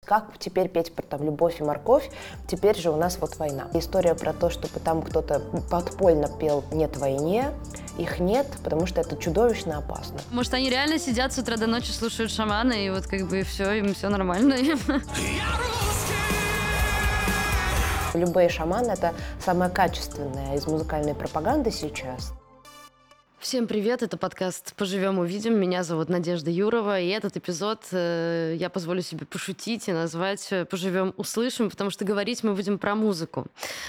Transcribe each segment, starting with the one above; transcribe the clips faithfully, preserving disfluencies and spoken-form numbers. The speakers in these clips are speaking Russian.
как теперь петь про там любовь и морковь, теперь же у нас вот война. История про то, чтобы там кто-то подпольно пел «Нет войне», их нет, потому что это чудовищно опасно. Может, они реально сидят с утра до ночи, слушают шамана, и вот как бы все, им все нормально. Любые шаманы — это самое качественное из музыкальной пропаганды сейчас. Всем привет, это подкаст «Поживем, увидим». Меня зовут Надежда Юрова, и этот эпизод э, я позволю себе пошутить и назвать «Поживем, услышим», потому что говорить мы будем про музыку.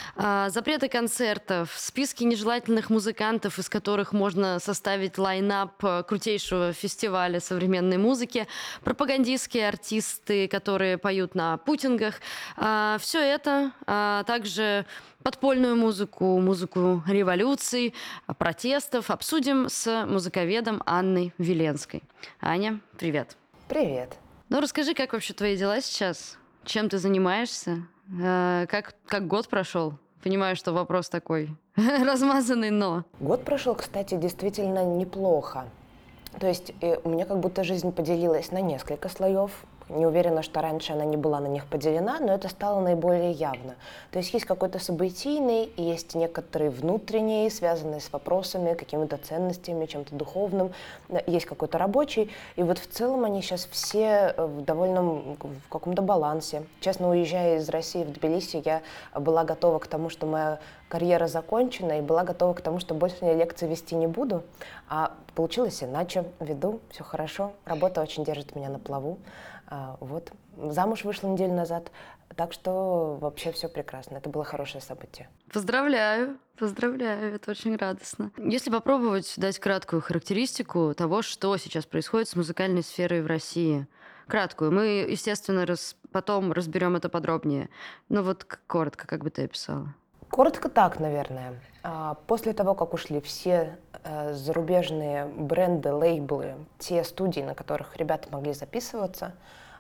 А, запреты концертов, списки нежелательных музыкантов, из которых можно составить лайнап крутейшего фестиваля современной музыки, пропагандистские артисты, которые поют на путингах. А, все это, а также подпольную музыку, музыку революций, протестов обсудим с музыковедом Анной Веленской. Аня, привет. Привет. Ну, расскажи, как вообще твои дела сейчас? Чем ты занимаешься? Как, как год прошел? Понимаю, что вопрос такой размазанный, но... Год прошел, кстати, действительно неплохо. То есть у меня как будто жизнь поделилась на несколько слоев. Не уверена, что раньше она не была на них поделена, но это стало наиболее явно. То есть есть какой-то событийный, есть некоторые внутренние, связанные с вопросами, какими-то ценностями, чем-то духовным, есть какой-то рабочий. И вот в целом они сейчас все в довольно в каком-то балансе. Честно, уезжая из России в Тбилиси, я была готова к тому, что моя карьера закончена, и была готова к тому, что больше я лекции вести не буду. А получилось иначе. Веду, все хорошо. Работа очень держит меня на плаву. А, вот. Замуж вышла неделю назад, так что вообще все прекрасно. Это было хорошее событие. Поздравляю, поздравляю, это очень радостно. Если попробовать дать краткую характеристику того, что сейчас происходит с музыкальной сферой в России. Краткую. Мы, естественно, раз, потом разберем это подробнее. Но вот коротко, как бы ты описала? Коротко так, наверное. После того, как ушли все зарубежные бренды, лейблы, те студии, на которых ребята могли записываться,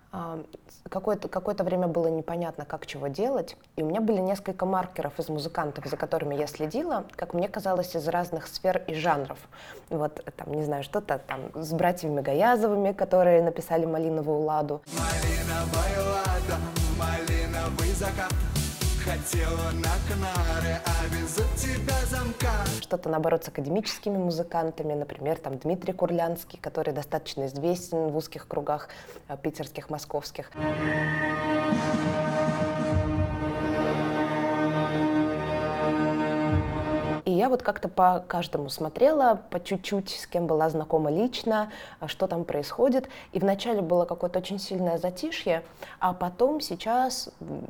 какое-то, какое-то время было непонятно, как чего делать. И у меня были несколько маркеров из музыкантов, за которыми я следила, как мне казалось, из разных сфер и жанров. Вот, там, не знаю, что-то там с братьями Гаязовыми, которые написали «Малиновую ладу». Малиновая лада, малиновый закат. Хотела на Канары, а везут тебя замка. Что-то, наоборот, с академическими музыкантами, например, там Дмитрий Курлянский, который достаточно известен в узких кругах питерских, московских. И я вот как-то по каждому смотрела, по чуть-чуть, с кем была знакома лично, что там происходит. И вначале было какое-то очень сильное затишье, а потом сейчас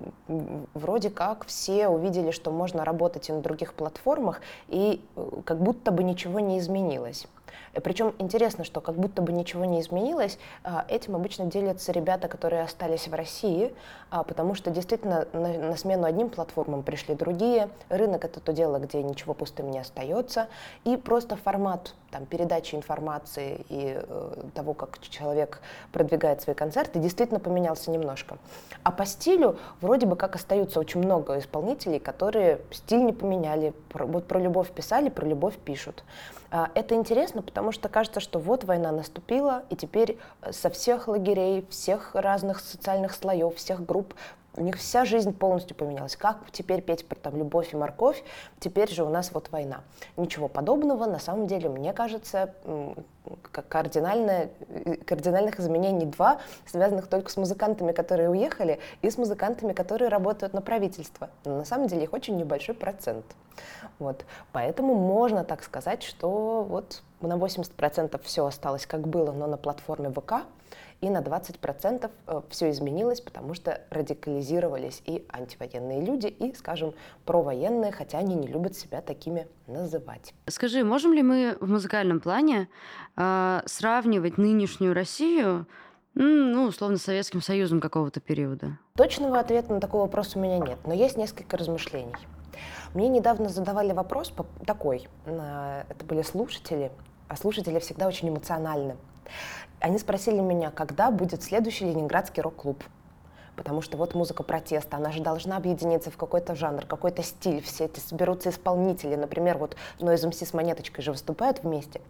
вроде как все увидели, что можно работать и на других платформах, и как будто бы ничего не изменилось. Причем интересно, что как будто бы ничего не изменилось, этим обычно делятся ребята, которые остались в России, потому что действительно на, на смену одним платформам пришли другие. Рынок — это то дело, где ничего пустым не остается, и просто формат там, передачи информации и э, того, как человек продвигает свои концерты, действительно поменялся немножко. А по стилю вроде бы как остаются очень много исполнителей, которые стиль не поменяли, про, вот про любовь писали, про любовь пишут. Это интересно, потому что кажется, что вот война наступила, и теперь со всех лагерей, всех разных социальных слоев, всех групп, у них вся жизнь полностью поменялась. Как теперь петь про там, любовь и морковь, теперь же у нас вот война. Ничего подобного, на самом деле, мне кажется, кардинально, кардинальных изменений два, связанных только с музыкантами, которые уехали, и с музыкантами, которые работают на правительство. Но на самом деле их очень небольшой процент. Вот. Поэтому можно так сказать, что вот на восемьдесят процентов все осталось как было, но на платформе ВК, и на двадцать процентов все изменилось, потому что радикализировались и антивоенные люди, и, скажем, провоенные, хотя они не любят себя такими называть. Скажи, можем ли мы в музыкальном плане э, сравнивать нынешнюю Россию, ну, условно, с Советским Союзом какого-то периода? Точного ответа на такой вопрос у меня нет, но есть несколько размышлений. Мне недавно задавали вопрос такой, это были слушатели, а слушатели всегда очень эмоциональны. Они спросили меня, когда будет следующий ленинградский рок-клуб. Потому что вот музыка протеста, она же должна объединиться в какой-то жанр, какой-то стиль. Все эти соберутся исполнители. Например, вот Noise эм си с Монеточкой же выступают вместе.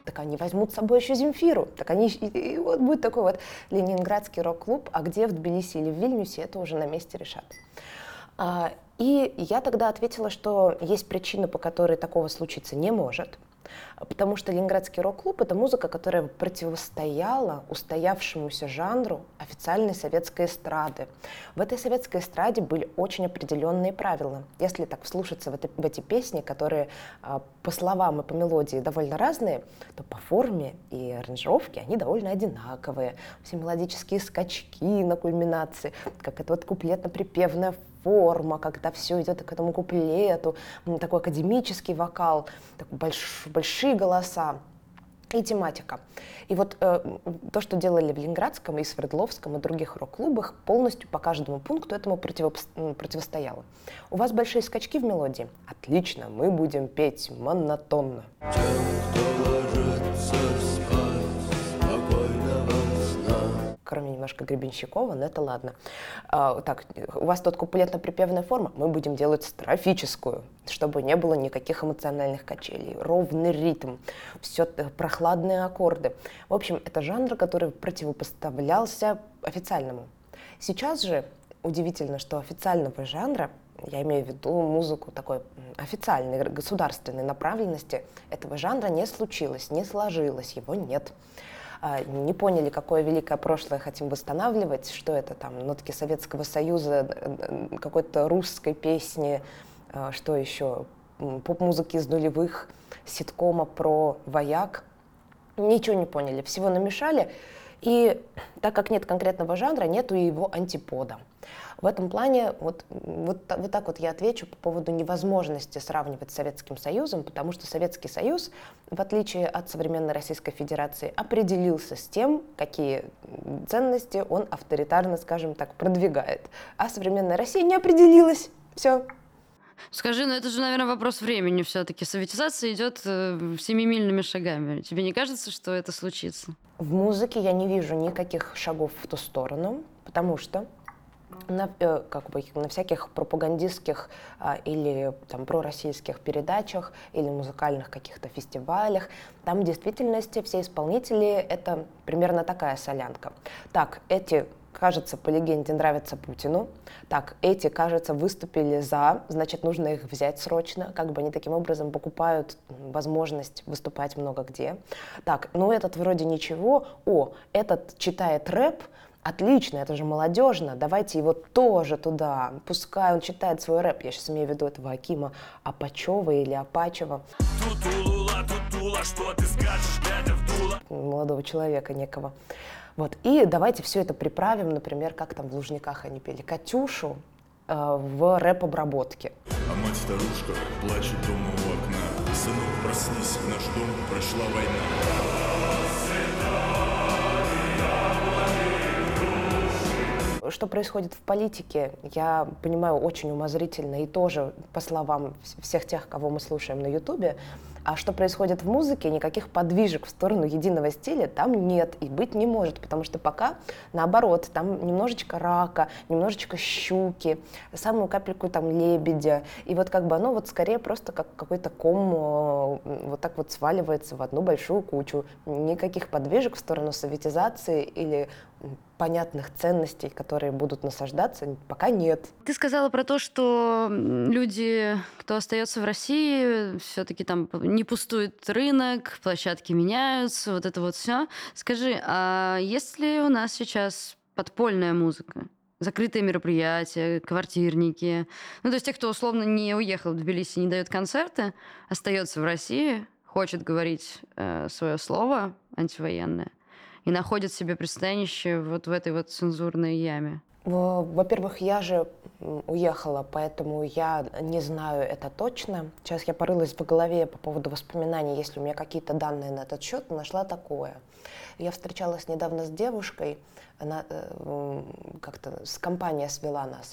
Так они возьмут с собой еще Земфиру. Так они, и, и вот будет такой вот ленинградский рок-клуб, а где в Тбилиси или в Вильнюсе, это уже на месте решат. А, и я тогда ответила, что есть причина, по которой такого случиться не может. Потому что ленинградский рок-клуб — это музыка, которая противостояла устоявшемуся жанру официальной советской эстрады. В этой советской эстраде были очень определенные правила. Если так вслушаться в, это, в эти песни, которые по словам и по мелодии довольно разные, то по форме и аранжировке они довольно одинаковые. Все мелодические скачки на кульминации, как это вот куплетно-припевная форма, когда все идет к этому куплету, такой академический вокал, такой больш, большие голоса и тематика. И вот э, то, что делали в Ленинградском и Свердловском и других рок-клубах, полностью по каждому пункту этому противо, противостояло. У вас большие скачки в мелодии? Отлично, мы будем петь монотонно. Кроме немножко Гребенщикова, но это ладно. А, так, у вас тут куплетно-припевная форма, мы будем делать строфическую, чтобы не было никаких эмоциональных качелей, ровный ритм, все прохладные аккорды. В общем, это жанр, который противопоставлялся официальному. Сейчас же удивительно, что официального жанра, я имею в виду музыку такой официальной, государственной направленности, этого жанра не случилось, не сложилось, его нет. Не поняли, какое великое прошлое хотим восстанавливать, что это там нотки Советского Союза, какой-то русской песни, что еще, поп-музыки из нулевых, ситкома про вояк. Ничего не поняли, всего намешали. И так как нет конкретного жанра, нету и его антипода. В этом плане вот, вот, вот так вот я отвечу по поводу невозможности сравнивать с Советским Союзом, потому что Советский Союз, в отличие от современной Российской Федерации, определился с тем, какие ценности он авторитарно, скажем так, продвигает. А современная Россия не определилась. Все. Скажи, ну это же, наверное, вопрос времени все-таки. Советизация идет э, семимильными шагами. Тебе не кажется, что это случится? В музыке я не вижу никаких шагов в ту сторону, потому что на, э, как бы, на всяких пропагандистских а, или там, пророссийских передачах или музыкальных каких-то фестивалях, там в действительности все исполнители — это примерно такая солянка. Так, эти, кажется, по легенде нравятся Путину. Так, эти, кажется, выступили за, значит, нужно их взять срочно. Как бы они таким образом покупают возможность выступать много где. Так, ну этот вроде ничего. О, этот читает рэп. Отлично, это же молодежно, давайте его тоже туда. Пускай он читает свой рэп. Я сейчас имею в виду этого Акима Апачева или Апачева. Тутулула, тутула, что ты скажешь, глядя в дуло? Молодого человека некого. Вот. И давайте все это приправим, например, как там в Лужниках они пели Катюшу э, в рэп-обработке. А мать-старушка плачет дома у окна. Сынок, проснись, в наш дом прошла война. Что происходит в политике, я понимаю очень умозрительно и тоже по словам всех тех, кого мы слушаем на Ютубе. А что происходит в музыке, никаких подвижек в сторону единого стиля там нет и быть не может, потому что пока наоборот, там немножечко рака, немножечко щуки, самую капельку там лебедя, и вот как бы оно вот скорее просто как какой-то ком вот так вот сваливается в одну большую кучу. Никаких подвижек в сторону советизации или понятных ценностей, которые будут насаждаться, пока нет. Ты сказала про то, что люди, кто остается в России, все-таки там не пустует рынок, площадки меняются, вот это вот все. Скажи, а есть ли у нас сейчас подпольная музыка? Закрытые мероприятия, квартирники. Ну, то есть те, кто условно не уехал в Тбилиси, не дает концерты, остается в России, хочет говорить э, свое слово антивоенное, и находят себе пристанище вот в этой вот цензурной яме? Во-первых, я же уехала, поэтому я не знаю это точно. Сейчас я порылась в голове по поводу воспоминаний, если у меня какие-то данные на этот счет, нашла такое. Я встречалась недавно с девушкой, она как-то с компания свела нас,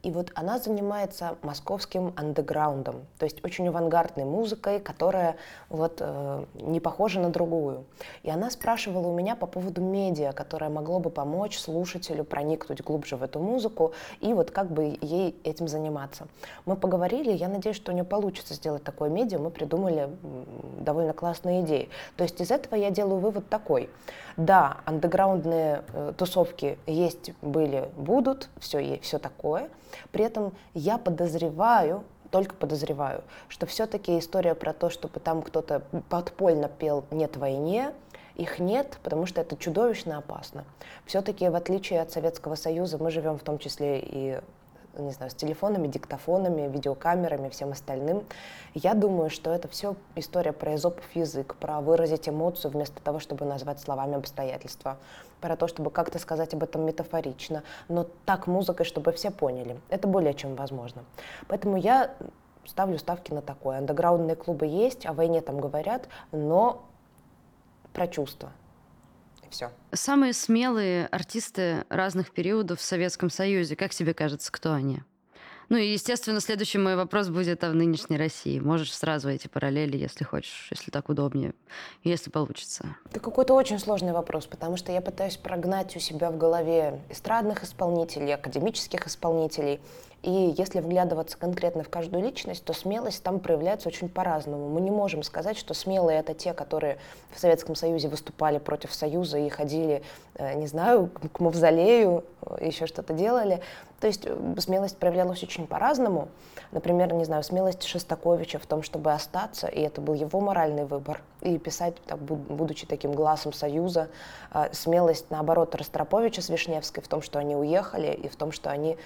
И вот она занимается московским андеграундом, то есть очень авангардной музыкой, которая вот э, не похожа на другую. И она спрашивала у меня по поводу медиа, которое могло бы помочь слушателю проникнуть глубже в эту музыку и вот как бы ей этим заниматься. Мы поговорили, я надеюсь, что у нее получится сделать такое медиа, мы придумали довольно классные идеи. То есть из этого я делаю вывод такой. Да, андеграундные э, тусовки есть, были, будут, все, и все такое. При этом я подозреваю, только подозреваю, что все-таки история про то, чтобы там кто-то подпольно пел «Нет войне», их нет, потому что это чудовищно опасно. Все-таки, в отличие от Советского Союза, мы живем в том числе и, не знаю, с телефонами, диктофонами, видеокамерами, всем остальным. Я думаю, что это все история про эзопов язык, про выразить эмоцию вместо того, чтобы назвать словами обстоятельства, про то, чтобы как-то сказать об этом метафорично, но так музыкой, чтобы все поняли. Это более чем возможно. Поэтому я ставлю ставки на такое. Андеграундные клубы есть, о войне там говорят, но про чувства. И все. Самые смелые артисты разных периодов в Советском Союзе, как тебе кажется, кто они? Ну и, естественно, следующий мой вопрос будет о нынешней России. Можешь сразу эти параллели, если хочешь, если так удобнее, если получится. Это какой-то очень сложный вопрос, потому что я пытаюсь прогнать у себя в голове эстрадных исполнителей, академических исполнителей. И если вглядываться конкретно в каждую личность, то смелость там проявляется очень по-разному. Мы не можем сказать, что смелые — это те, которые в Советском Союзе выступали против Союза и ходили, не знаю, к мавзолею, еще что-то делали. То есть смелость проявлялась очень по-разному. Например, не знаю, смелость Шостаковича в том, чтобы остаться, и это был его моральный выбор, и писать, так, будучи таким глазом Союза. Смелость, наоборот, Ростроповича с Вишневской в том, что они уехали, и в том, что они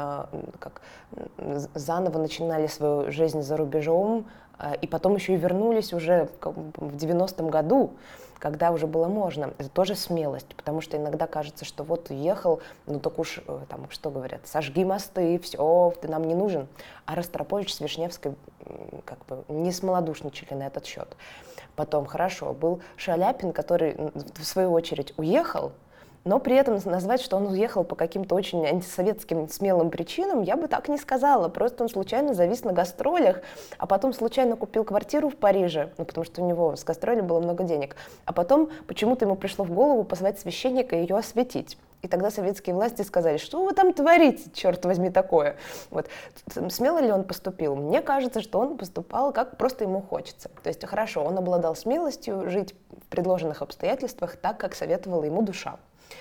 как заново начинали свою жизнь за рубежом, и потом еще и вернулись уже в девяностом году, когда уже было можно. Это тоже смелость, потому что иногда кажется, что вот уехал, ну так уж, там, что говорят, сожги мосты, все, ты нам не нужен. А Ростропович с Вишневской как бы не смолодушничали на этот счет. Потом, хорошо, был Шаляпин, который, в свою очередь, уехал, но при этом назвать, что он уехал по каким-то очень антисоветским смелым причинам, я бы так не сказала. Просто он случайно завис на гастролях, а потом случайно купил квартиру в Париже, ну, потому что у него с гастролей было много денег. А потом почему-то ему пришло в голову позвать священника и ее осветить. И тогда советские власти сказали, что вы там творите, черт возьми, такое. Вот. Смело ли он поступил? Мне кажется, что он поступал, как просто ему хочется. То есть, хорошо, он обладал смелостью жить в предложенных обстоятельствах так, как советовала ему душа.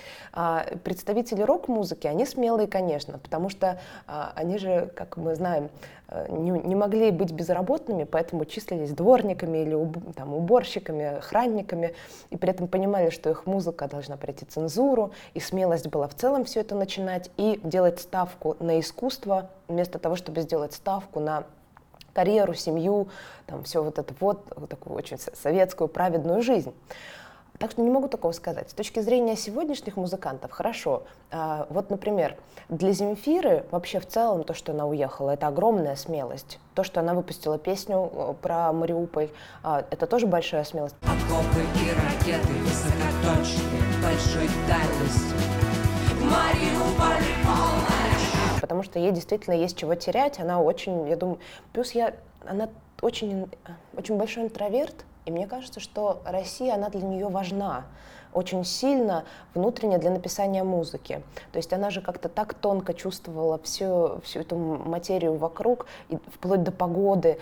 А представители рок-музыки, они смелые, конечно, потому что а, они же, как мы знаем, не, не могли быть безработными, поэтому числились дворниками или уб, там, уборщиками, охранниками, и при этом понимали, что их музыка должна пройти цензуру, и смелость была в целом все это начинать и делать ставку на искусство, вместо того, чтобы сделать ставку на карьеру, семью, там, все вот это вот, вот такую очень советскую праведную жизнь. Так что не могу такого сказать. С точки зрения сегодняшних музыкантов, хорошо. А, вот, например, для Земфиры вообще в целом то, что она уехала, это огромная смелость. То, что она выпустила песню про Мариуполь, а, это тоже большая смелость. Окопы и ракеты высокоточные, большой дальности. Мариуполь полночь. Потому что ей действительно есть чего терять. Она очень, я думаю, плюс я, она очень, очень большой интроверт. И мне кажется, что Россия, она для нее важна очень сильно внутренне для написания музыки. То есть она же как-то так тонко чувствовала всю, всю эту материю вокруг, и вплоть до погоды.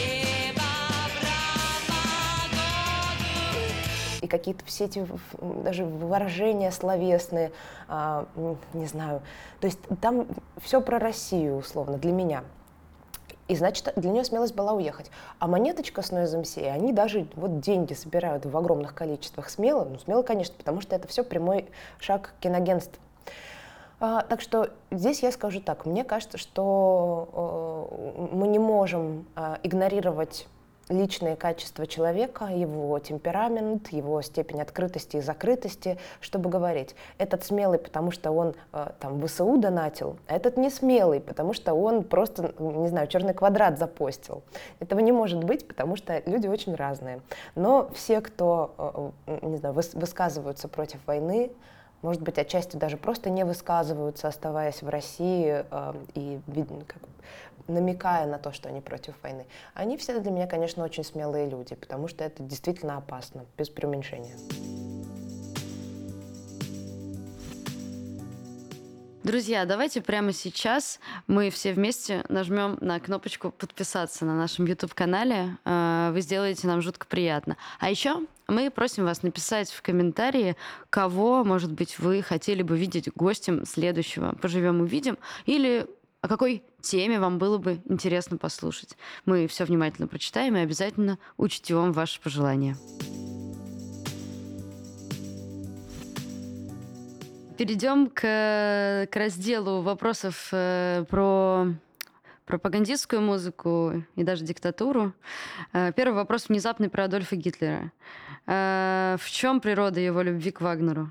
И какие-то все эти даже выражения словесные, а, не знаю. То есть там все про Россию, условно, для меня. И, значит, для нее смелость была уехать. А Монеточка с Noise эм си, они даже вот деньги собирают в огромных количествах. Смело? Ну, смело, конечно, потому что это все прямой шаг к киноагентству. А, так что здесь я скажу так. Мне кажется, что э, мы не можем э, игнорировать личные качества человека, его темперамент, его степень открытости и закрытости, чтобы говорить, этот смелый, потому что он э, там в ВСУ донатил, а этот не смелый, потому что он просто, не знаю, черный квадрат запостил. Этого не может быть, потому что люди очень разные. Но все, кто, э, не знаю, выс- высказываются против войны, может быть, отчасти даже просто не высказываются, оставаясь в России э, и видно, как, намекая на то, что они против войны. Они все для меня, конечно, очень смелые люди, потому что это действительно опасно, без преуменьшения. Друзья, давайте прямо сейчас мы все вместе нажмем на кнопочку «Подписаться» на нашем YouTube-канале. Вы сделаете нам жутко приятно. А еще мы просим вас написать в комментарии, кого, может быть, вы хотели бы видеть гостем следующего «Поживем, увидим», или о какой теме вам было бы интересно послушать. Мы все внимательно прочитаем и обязательно учтем ваши пожелания. Перейдем к, к разделу вопросов э, про пропагандистскую музыку и даже диктатуру. Э, первый вопрос внезапный про Адольфа Гитлера. Э, в чем природа его любви к Вагнеру?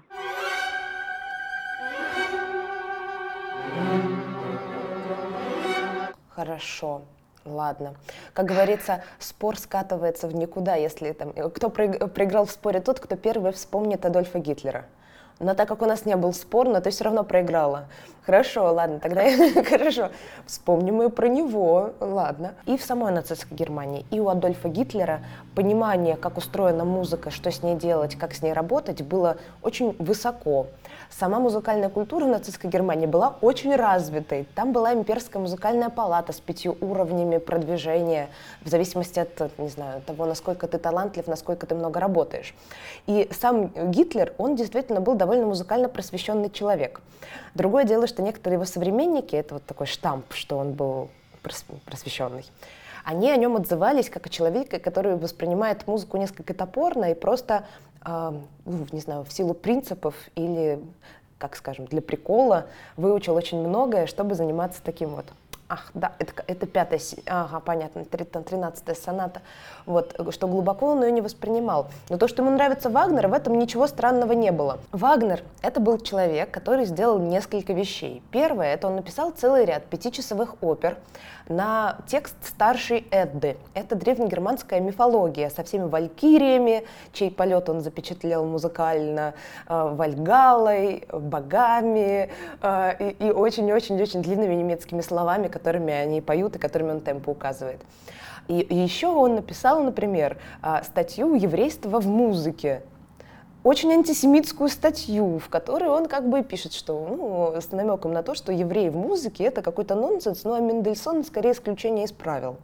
Хорошо. Ладно. Как говорится, спор скатывается в никуда, если там... Кто проиграл в споре? Тот, кто первый вспомнит Адольфа Гитлера. Но так как у нас не был спор, но ты все равно проиграла. Хорошо, ладно, тогда хорошо. Вспомним и про него, ладно. И в самой нацистской Германии, и у Адольфа Гитлера понимание, как устроена музыка, что с ней делать, как с ней работать, было очень высоко. Сама музыкальная культура в нацистской Германии была очень развитой. Там была имперская музыкальная палата с пятью уровнями продвижения, в зависимости от, не знаю, того, насколько ты талантлив, насколько ты много работаешь. И сам Гитлер, он действительно был довольно музыкально просвещенный человек. Другое дело, что некоторые его современники, это вот такой штамп, что он был просвещенный, они о нем отзывались как о человеке, который воспринимает музыку несколько топорно и просто, э, ну, не знаю, в силу принципов или, как скажем, для прикола выучил очень многое, чтобы заниматься таким вот. Ах, да, это, это пятая, ага, понятно, тринадцатая соната, вот, что глубоко он ее не воспринимал. Но то, что ему нравится Вагнер, в этом ничего странного не было. Вагнер — это был человек, который сделал несколько вещей. Первое — это он написал целый ряд пятичасовых опер на текст старшей Эдды. Это древнегерманская мифология со всеми валькириями, чей полет он запечатлел музыкально, э, вальгаллой, богами э, и очень-очень-очень длинными немецкими словами, которыми они поют и которыми он темпо указывает. И, и еще он написал, например, статью «Еврейство в музыке». Очень антисемитскую статью, в которой он как бы пишет, что, ну, с намеком на то, что евреи в музыке — это какой-то нонсенс, ну а Мендельсон скорее исключение из правил.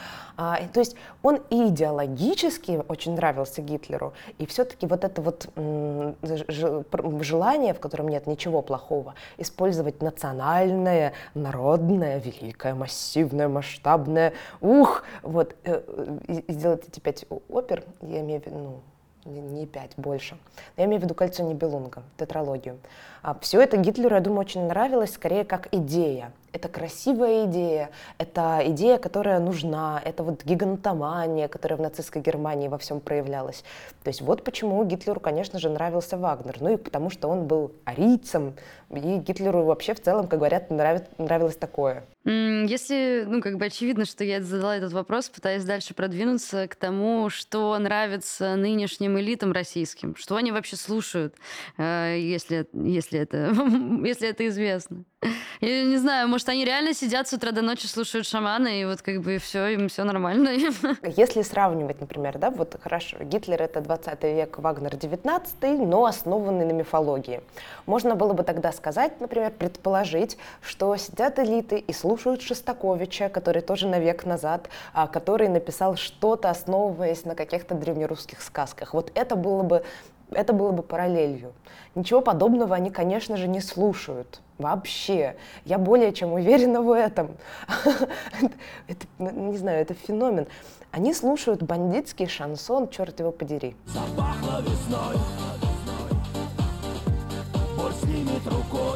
А, то есть он и идеологически очень нравился Гитлеру, и все-таки вот это вот м, ж, желание, в котором нет ничего плохого, использовать национальное, народное, великое, массивное, масштабное, ух, вот, э, и, и сделать эти пять опер, я имею в виду, ну, не пять, больше. Я имею в виду «Кольцо Нибелунга», тетралогию. А все это Гитлеру, я думаю, очень нравилось скорее как идея. Это красивая идея, это идея, которая нужна, это вот гигантомания, которая в нацистской Германии во всем проявлялась. То есть вот почему Гитлеру, конечно же, нравился Вагнер. Ну и потому что он был арийцем, и Гитлеру вообще в целом, как говорят, нравит, нравилось такое. Если, ну, как бы очевидно, что я задала этот вопрос, пытаясь дальше продвинуться к тому, что нравится нынешним элитам российским, что они вообще слушают, если, если, это, если это известно. Я не знаю, может, они реально сидят с утра до ночи, слушают шамана, и вот как бы все, им все нормально. Если сравнивать, например, да, вот хорошо, Гитлер — это двадцатый век, Вагнер — девятнадцатый, но основанный на мифологии. Можно было бы тогда сказать, например, предположить, что сидят элиты и слушают Шостаковича, который тоже на век назад, а, который написал что-то, основываясь на каких-то древнерусских сказках. Вот это было бы, это было бы параллелью. Ничего подобного они, конечно же, не слушают. Вообще. Я более чем уверена в этом. Это, не знаю, это феномен. Они слушают бандитский шансон, черт его подери. Запахло весной, боль снимет рукой,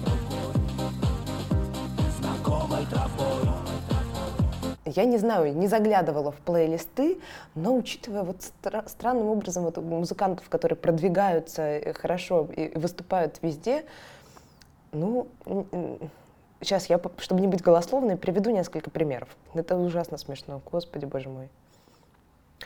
знакомой тропой. Я не знаю, не заглядывала в плейлисты, но учитывая вот стра- странным образом вот музыкантов, которые продвигаются хорошо и выступают везде, ну, сейчас я, чтобы не быть голословной, приведу несколько примеров. Это ужасно смешно, господи, боже мой.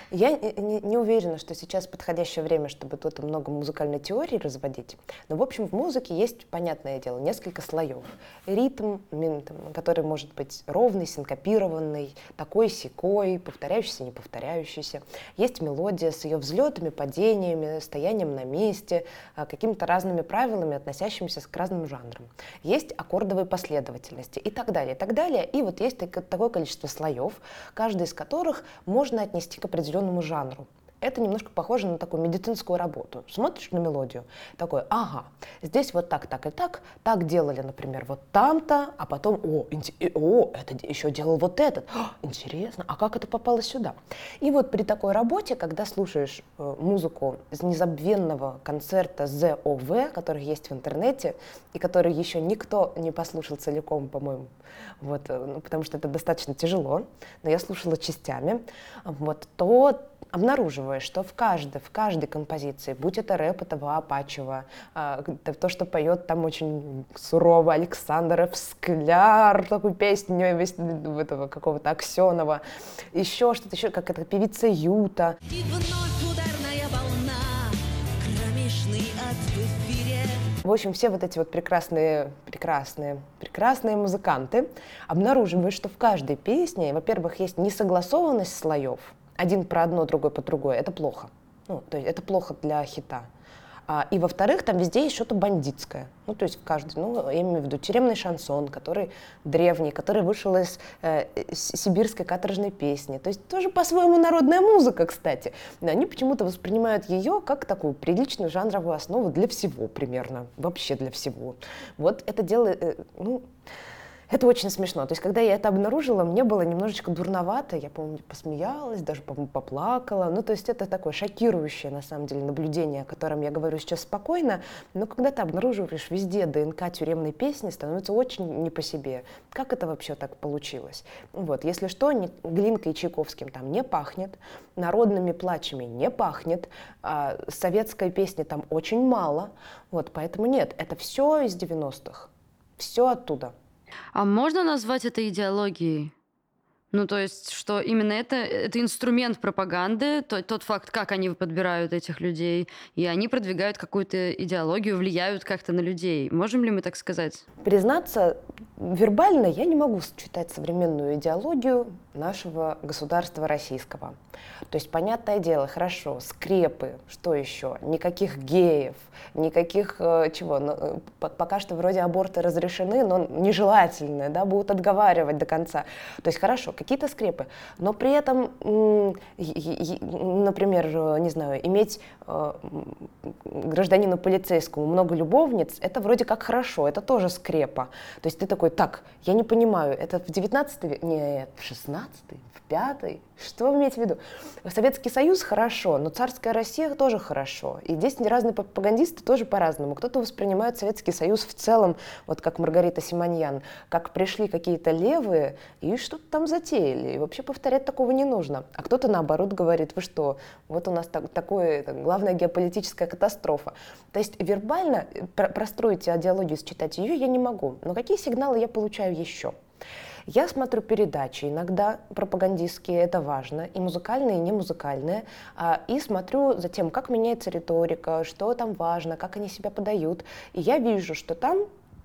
Я не, не уверена, что сейчас подходящее время, чтобы тут много музыкальной теории разводить. Но, в общем, в музыке есть, понятное дело, несколько слоев. Ритм, который может быть ровный, синкопированный, такой-сякой, повторяющийся, не повторяющийся. Есть мелодия с ее взлетами, падениями, стоянием на месте, какими-то разными правилами, относящимися к разным жанрам. Есть аккордовые последовательности и так далее, и так далее. И вот есть такое количество слоев, каждый из которых можно отнести к определенному жанру. Это немножко похоже на такую медицинскую работу. Смотришь на мелодию, такой, ага, здесь вот так, так и так, так делали, например, вот там-то, а потом, о, инте- о это еще делал вот этот, о, интересно, а как это попало сюда? И вот при такой работе, когда слушаешь э, музыку из незабвенного концерта зэ о вэ, который есть в интернете, и который еще никто не послушал целиком, по-моему, вот, э, ну, потому что это достаточно тяжело, но я слушала частями, вот, то обнаруживаешь, что в каждой, в каждой композиции, будь это рэп этого Апачева, а, то, что поет там очень сурово Александр Ф. Скляр, такую песню этого какого-то Аксенова, еще что-то, еще как это певица Юта. И вновь ударная волна, кромешный ад в эфире. В общем, все вот эти вот прекрасные, прекрасные, прекрасные музыканты обнаруживают, что в каждой песне, во-первых, есть несогласованность слоев, один про одно, другой по другое, это плохо. Ну, то есть это плохо для хита. А, и, во-вторых, там везде есть что-то бандитское. Ну, то есть в каждой, ну, я имею в виду тюремный шансон, который древний, который вышел из э, сибирской каторжной песни. То есть тоже по-своему народная музыка, кстати. Но они почему-то воспринимают ее как такую приличную жанровую основу для всего примерно. Вообще для всего. Вот это дело, э, ну... Это очень смешно. То есть, когда я это обнаружила, мне было немножечко дурновато. Я, помню, посмеялась, даже, по-моему, поплакала. Ну, то есть, это такое шокирующее, на самом деле, наблюдение, о котором я говорю сейчас спокойно. Но когда ты обнаруживаешь везде ДНК тюремной песни, становится очень не по себе. Как это вообще так получилось? Вот, если что, не, Глинкой и Чайковским там не пахнет, народными плачами не пахнет, а советской песни там очень мало. Вот, поэтому нет, это все из девяностых. Все оттуда. А можно назвать это идеологией? Ну, то есть, что именно это, это инструмент пропаганды, то, тот факт, как они подбирают этих людей, и они продвигают какую-то идеологию, влияют как-то на людей. Можем ли мы так сказать? Признаться, вербально я не могу сочетать современную идеологию нашего государства российского. То есть, понятное дело, хорошо, скрепы, что еще? Никаких геев, никаких э, чего. Ну, по- пока что вроде аборты разрешены, но нежелательные, да, будут отговаривать до конца. То есть, хорошо, какие-то скрепы, но при этом, м- и- и- например, не знаю, иметь э, гражданину полицейскому много любовниц, это вроде как хорошо, это тоже скрепа. То есть ты такой, так, я не понимаю, это в девятнадцатом веке? Нет, в шестнадцатом, в пятом? Что вы имеете в виду? Советский Союз хорошо, но царская Россия тоже хорошо. И здесь разные пропагандисты тоже по-разному. Кто-то воспринимает Советский Союз в целом, вот как Маргарита Симоньян, как пришли какие-то левые и что-то там затеяли. И вообще повторять такого не нужно. А кто-то наоборот говорит, вы что, вот у нас так, такое, это, главная геополитическая катастрофа. То есть вербально про- простроить идеологию, считать ее я не могу. Но какие сигналы я получаю еще? Я смотрю передачи, иногда пропагандистские, это важно, и музыкальные, и не музыкальные, и смотрю за тем, как меняется риторика, что там важно, как они себя подают. И я вижу, что там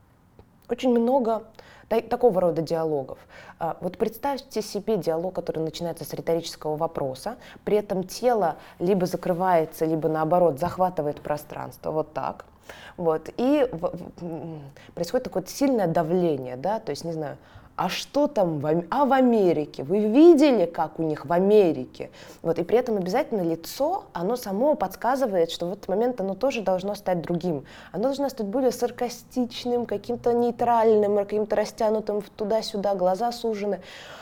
очень много такого рода диалогов. Вот представьте себе диалог, который начинается с риторического вопроса, при этом тело либо закрывается, либо наоборот захватывает пространство, вот так. Вот, и в, в, происходит такое сильное давление, да, то есть, не знаю, а что там, в, а в Америке? Вы видели, как у них в Америке? Вот, и при этом обязательно лицо, оно само подсказывает, что в этот момент оно тоже должно стать другим. Оно должно стать более саркастичным, каким-то нейтральным, каким-то растянутым туда-сюда, глаза сужены.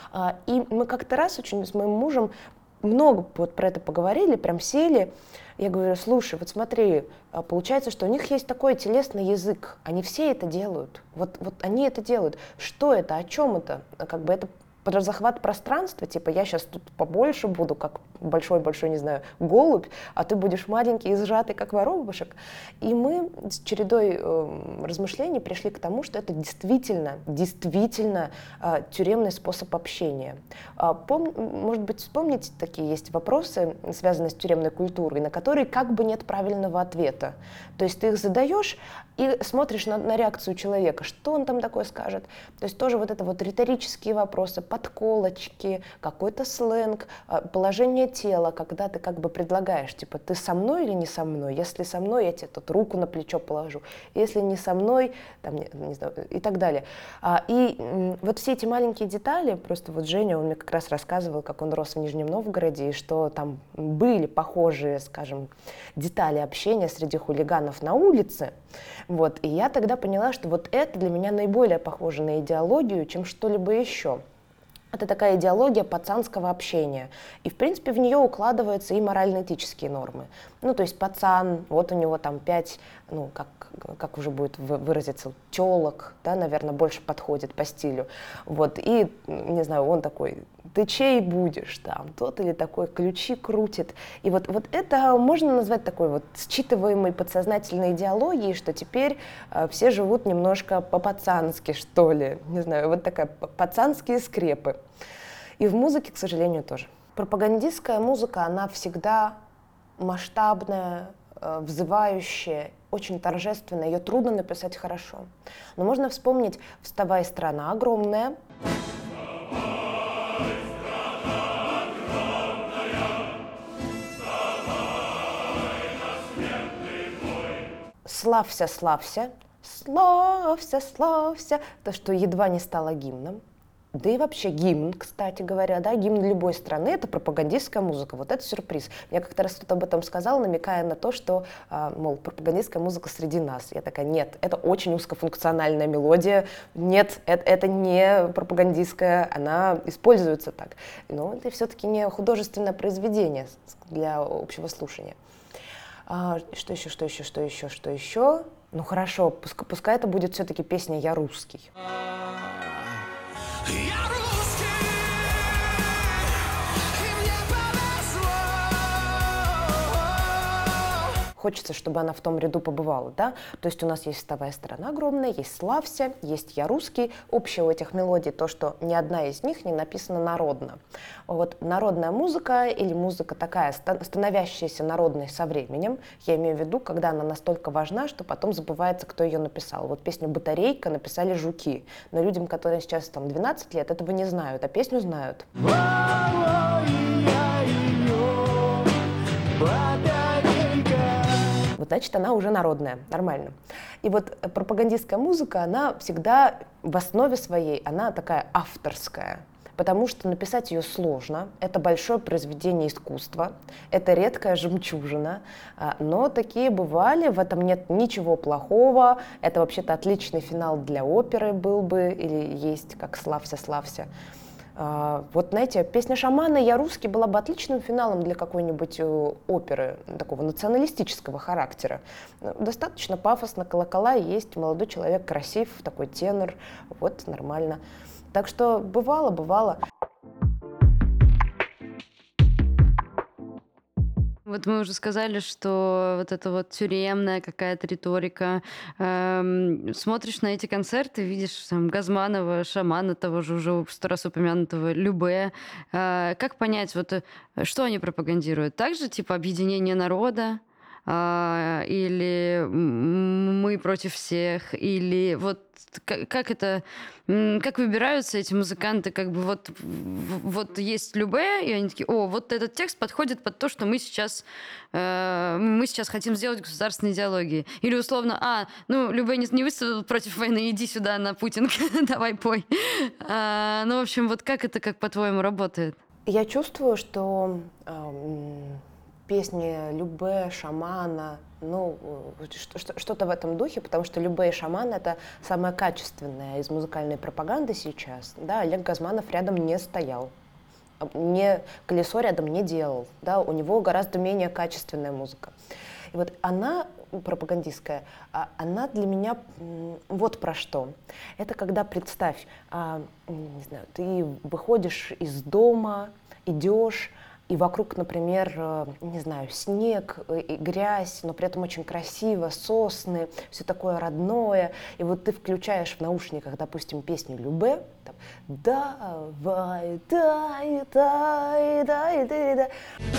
И мы как-то раз очень с моим мужем много вот про это поговорили, прям сели. Я говорю, слушай, вот смотри, получается, что у них есть такой телесный язык, они все это делают, вот, вот они это делают. Что это, о чем это? Как бы это захват пространства, типа я сейчас тут побольше буду, как большой-большой, не знаю, голубь, а ты будешь маленький и сжатый, как воробушек. И мы с чередой э, размышлений пришли к тому, что это действительно, действительно э, тюремный способ общения. А, пом, может быть, вспомните, такие есть вопросы, связанные с тюремной культурой, на которые как бы нет правильного ответа. То есть ты их задаешь и смотришь на, на реакцию человека, что он там такое скажет. То есть тоже вот это вот риторические вопросы, подколочки, какой-то сленг, положение тела, когда ты как бы предлагаешь, типа, ты со мной или не со мной? Если со мной, я тебе тут руку на плечо положу. Если не со мной, там, не, не знаю, и так далее. А, и м, вот все эти маленькие детали, просто вот Женя, он мне как раз рассказывал, как он рос в Нижнем Новгороде, и что там были похожие, скажем, детали общения среди хулиганов на улице. Вот. И я тогда поняла, что вот это для меня наиболее похоже на идеологию, чем что-либо еще. Это такая идеология пацанского общения. И, в принципе, в нее укладываются и морально-этические нормы. Ну, то есть пацан, вот у него там пять, ну, как, как уже будет выразиться, телок, да, наверное, больше подходит по стилю. Вот, и, не знаю, он такой, ты чей будешь там, тот или такой, ключи крутит. И вот, вот это можно назвать такой вот считываемой подсознательной идеологией, что теперь э, все живут немножко по-пацански, что ли. Не знаю, вот такая пацанские скрепы. И в музыке, к сожалению, тоже. Пропагандистская музыка, она всегда масштабная, э, взывающая, очень торжественная, ее трудно написать хорошо. Но можно вспомнить «Вставай, страна огромная». «Славься, славься», «Славься, славься», то, что едва не стало гимном. Да и вообще гимн, кстати говоря, да, гимн любой страны — это пропагандистская музыка. Вот это сюрприз. Мне как-то раз кто-то об этом сказал, намекая на то, что, мол, пропагандистская музыка среди нас. Я такая, нет, это очень узкофункциональная мелодия. Нет, это, это не пропагандистская, она используется так. Но это все-таки не художественное произведение для общего слушания. А, что еще, что еще, что еще, что еще? Ну хорошо, пускай, пускай это будет все-таки песня «Я русский». Я русский, и мне повезло. Хочется, чтобы она в том ряду побывала, да? То есть у нас есть «Вставая, страна огромная», есть «Славься», есть «Я русский». Общее у этих мелодий то, что ни одна из них не написана народно. Вот народная музыка или музыка такая, становящаяся народной со временем, я имею в виду, когда она настолько важна, что потом забывается, кто ее написал. Вот песню «Батарейка» написали жуки, но людям, которые сейчас там двенадцать лет, этого не знают, а песню знают. Вот, значит, она уже народная, нормально. И вот пропагандистская музыка, она всегда в основе своей, она такая авторская. Потому что написать ее сложно, это большое произведение искусства, это редкая жемчужина, но такие бывали, в этом нет ничего плохого, это вообще-то отличный финал для оперы был бы, или есть как «Славься, славься». Вот, знаете, песня «Шамана» «Я русский» была бы отличным финалом для какой-нибудь оперы такого националистического характера. Достаточно пафосно, колокола есть, молодой человек красив, такой тенор, вот, нормально. Так что бывало, бывало. Вот мы уже сказали, что вот эта вот тюремная какая-то риторика. Эм, смотришь на эти концерты, видишь там Газманова, Шамана, того же уже сто раз упомянутого Любэ. Э, как понять, вот что они пропагандируют? Также типа объединение народа? А, или мы против всех, или вот как, как это, как выбираются эти музыканты, как бы вот, вот есть Любэ, и они такие, о, вот этот текст подходит под то, что мы сейчас, э, мы сейчас хотим сделать государственной идеологией. Или условно, а, ну, Любэ не, не высказал против войны, иди сюда на Путин, давай пой. А, ну, в общем, вот как это, как по-твоему, работает? Я чувствую, что эм, песни Любэ, Шамана, ну, что-то в этом духе, потому что Любэ и Шаман — это самое качественное из музыкальной пропаганды сейчас. Да, Олег Газманов рядом не стоял, не, колесо рядом не делал, да, у него гораздо менее качественная музыка. И вот она, пропагандистская, она для меня вот про что. Это когда, представь, не знаю, ты выходишь из дома, идешь, и вокруг, например, э, не знаю, снег и, и грязь, но при этом очень красиво, сосны, все такое родное. И вот ты включаешь в наушниках, допустим, песню «Любэ», там, «Давай, дай, дай, дай, дай, дай».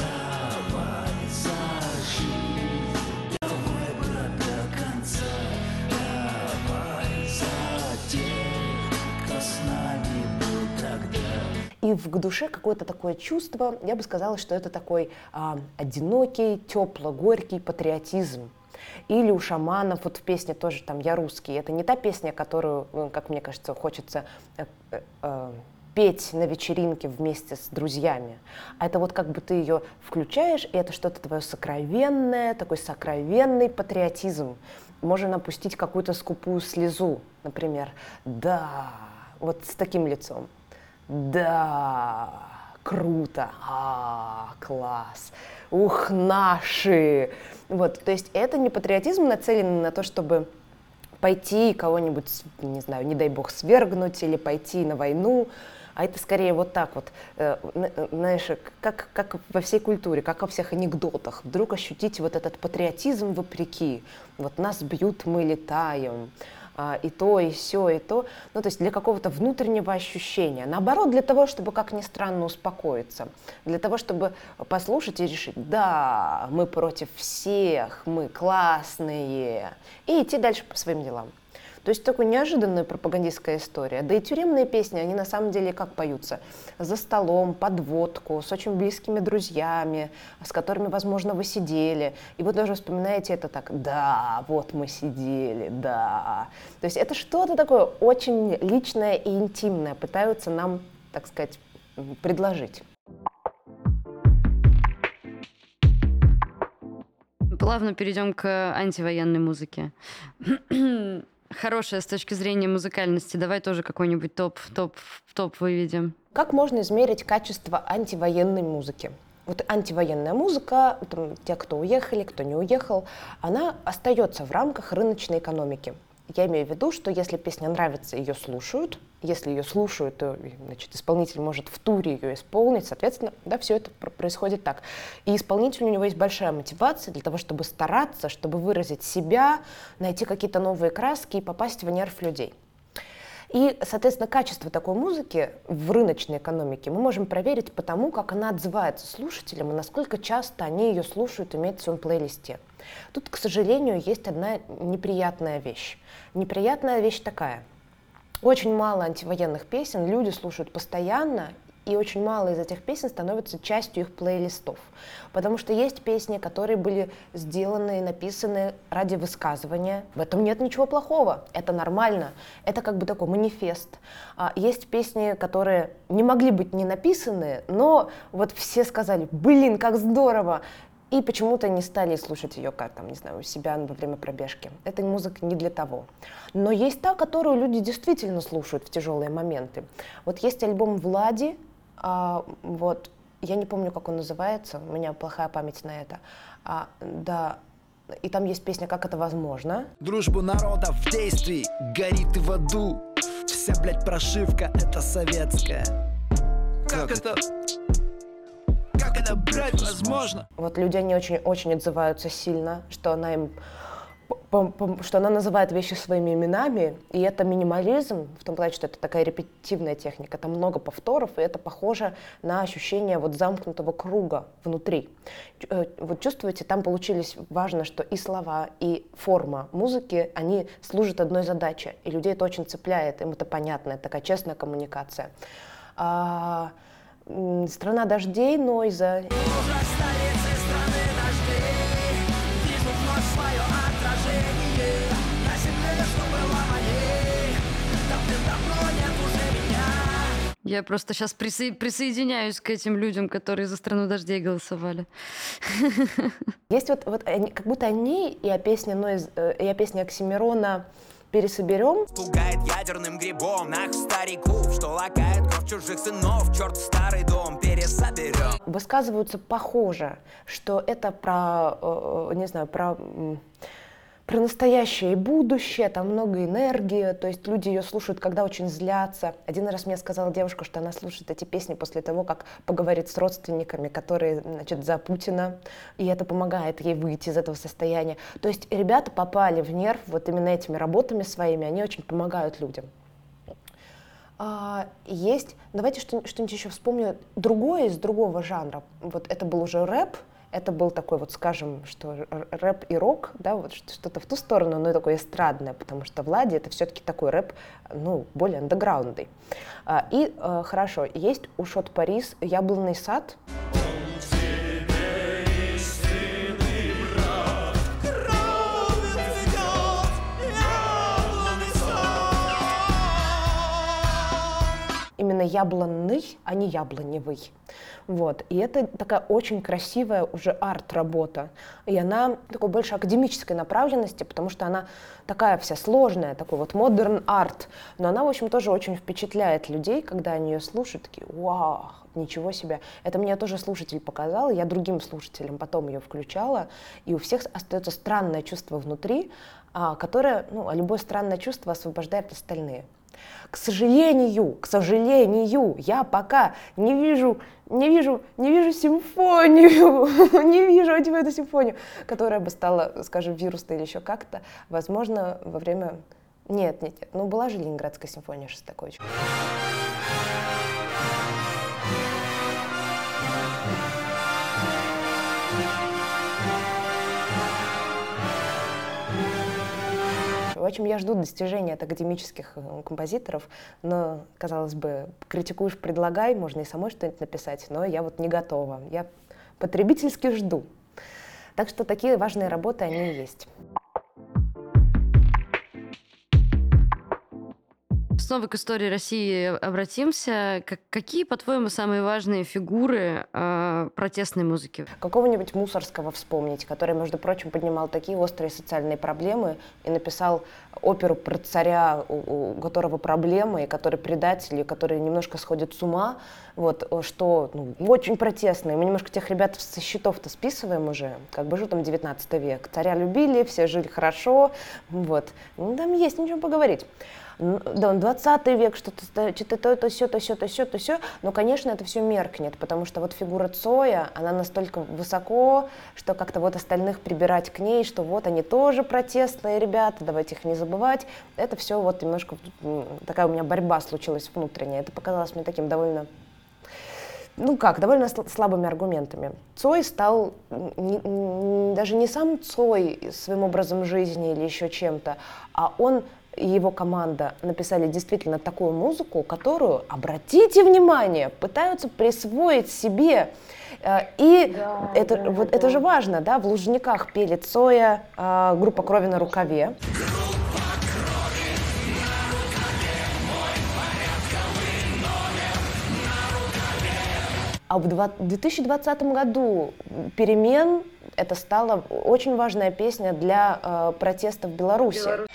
И в душе какое-то такое чувство, я бы сказала, что это такой а, одинокий, тепло-горький патриотизм. Или у Шаманов, вот в песне тоже там «Я русский». Это не та песня, которую, как мне кажется, хочется э, э, петь на вечеринке вместе с друзьями. А это вот как бы ты ее включаешь, и это что-то твое сокровенное, такой сокровенный патриотизм. Можно напустить какую-то скупую слезу, например. Да, вот с таким лицом. Да, круто, а, класс, ух, наши. Вот, то есть это не патриотизм, нацеленный на то, чтобы пойти кого-нибудь, не знаю, не дай бог, свергнуть или пойти на войну, а это скорее вот так вот, э, знаешь, как, как во всей культуре, как во всех анекдотах. Вдруг ощутите вот этот патриотизм вопреки. Вот нас бьют, мы летаем. И то, и сё, и то. Ну, то есть для какого-то внутреннего ощущения. Наоборот, для того, чтобы, как ни странно, успокоиться. Для того, чтобы послушать и решить, да, мы против всех, мы классные. И идти дальше по своим делам. То есть такая неожиданная пропагандистская история. Да и тюремные песни, они на самом деле как поются? За столом, под водку, с очень близкими друзьями, с которыми, возможно, вы сидели. И вы даже вспоминаете это так, да, вот мы сидели, да. То есть это что-то такое очень личное и интимное пытаются нам, так сказать, предложить. Плавно перейдем к антивоенной музыке. Хорошая с точки зрения музыкальности. Давай тоже какой-нибудь топ, топ, топ выведем. Как можно измерить качество антивоенной музыки? Вот антивоенная музыка, там, те, кто уехали, кто не уехал, она остается в рамках рыночной экономики. Я имею в виду, что если песня нравится, ее слушают. Если ее слушают, то, значит, исполнитель может в туре ее исполнить. Соответственно, да, все это происходит так. И исполнителю у него есть большая мотивация для того, чтобы стараться, чтобы выразить себя, найти какие-то новые краски и попасть в нерв людей. И, соответственно, качество такой музыки в рыночной экономике мы можем проверить по тому, как она отзывается слушателям и насколько часто они ее слушают, имеют в своем плейлисте. Тут, к сожалению, есть одна неприятная вещь. Неприятная вещь такая. Очень мало антивоенных песен люди слушают постоянно, и очень мало из этих песен становятся частью их плейлистов. Потому что есть песни, которые были сделаны и написаны ради высказывания. В этом нет ничего плохого, это нормально. Это как бы такой манифест. Есть песни, которые не могли быть не написаны, но вот все сказали, блин, как здорово! И почему-то не стали слушать ее, как там, не знаю, у себя во время пробежки. Эта музыка не для того. Но есть та, которую люди действительно слушают в тяжелые моменты. Вот есть альбом Влади, а, вот, я не помню, как он называется, у меня плохая память на это. А, да, и там есть песня «Как это возможно». Дружбу народов в действии, горит и в аду. Вся, блядь, прошивка — это советская. Как это... Как это, блядь, возможно? Вот люди, они очень-очень отзываются сильно, что она им, что она называет вещи своими именами, и это минимализм, в том плане, что это такая репетитивная техника, там много повторов, и это похоже на ощущение вот замкнутого круга внутри. Вот чувствуете, там получились, важно, что и слова, и форма музыки, они служат одной задаче, и людей это очень цепляет, им это понятно, это такая честная коммуникация. А, «Страна дождей» Нойза. Я просто сейчас присо- присоединяюсь к этим людям, которые за «Страну дождей» голосовали. Есть вот, вот они, как будто они и о песне, Нойз, и о песне Оксимирона «Пересоберем». Пугает ядерным грибом нах стариков, что лакает кровь чужих сынов, черт старый дом пересоберем. Высказываются похоже, что это про, не знаю, про, про настоящее и будущее, там много энергии, то есть люди ее слушают, когда очень злятся. Один раз мне сказала девушка, что она слушает эти песни после того, как поговорит с родственниками, которые, значит, за Путина, и это помогает ей выйти из этого состояния. То есть ребята попали в нерв вот именно этими работами своими, они очень помогают людям. А, есть, давайте что- что-нибудь еще вспомню, другое из другого жанра, вот это был уже рэп. Это был такой вот, скажем, что рэп и рок, да, вот что-то в ту сторону, но такое эстрадное, потому что Влади это все-таки такой рэп, ну, более андеграундный. А, и а, хорошо, есть у Шот Парис «Яблонный сад». Именно яблонный, а не яблоневый. Вот. И это такая очень красивая уже арт-работа. И она такой больше академической направленности, потому что она такая вся сложная, такой вот модерн арт. Но она, в общем, тоже очень впечатляет людей, когда они ее слушают, такие: вау, ничего себе. Это мне тоже слушатель показал, я другим слушателям потом ее включала, и у всех остается странное чувство внутри, которое, ну, а любое странное чувство освобождает остальные. К сожалению, к сожалению, я пока не вижу, не вижу, не вижу симфонию, не вижу эту симфонию, которая бы стала, скажем, вирусной или еще как-то, возможно, во время... Нет, нет, нет, ну была же Ленинградская симфония Шостаковича. В общем, я жду достижения от академических композиторов, но, казалось бы, критикуешь, предлагай, можно и самой что-нибудь написать, но я вот не готова. Я потребительски жду. Так что такие важные работы, они и есть. Снова к истории России обратимся. Как, какие, по-твоему, самые важные фигуры э, протестной музыки? Какого-нибудь Мусорского вспомнить, который, между прочим, поднимал такие острые социальные проблемы и написал оперу про царя, у, у которого проблемы, и который предатель, и который немножко сходит с ума, вот, что ну, очень протестный. Мы немножко тех ребят со счетов-то списываем уже, как бы же там девятнадцатый век. Царя любили, все жили хорошо, вот. Ну, там есть ничего поговорить. Да, двадцатый век, что-то, что-то то, то, сё, то, сё, то, сё, то, сё. Но, конечно, это все меркнет, потому что вот фигура Цоя, она настолько высоко, что как-то вот остальных прибирать к ней, что вот они тоже протестные ребята, давайте их не забывать. Это все вот немножко, такая у меня борьба случилась внутренняя. Это показалось мне таким довольно... Ну как, довольно слабыми аргументами. Цой стал не, не, даже не сам Цой своим образом жизни или еще чем-то, а он и его команда написали действительно такую музыку, которую, обратите внимание, пытаются присвоить себе. И да, это, да, вот, да. это же важно, да, в Лужниках пели Цоя, группа «Крови на рукаве». А в две тысячи двадцатом году «Перемен» это стала очень важная песня для э, протеста в Беларуси. Беларусь.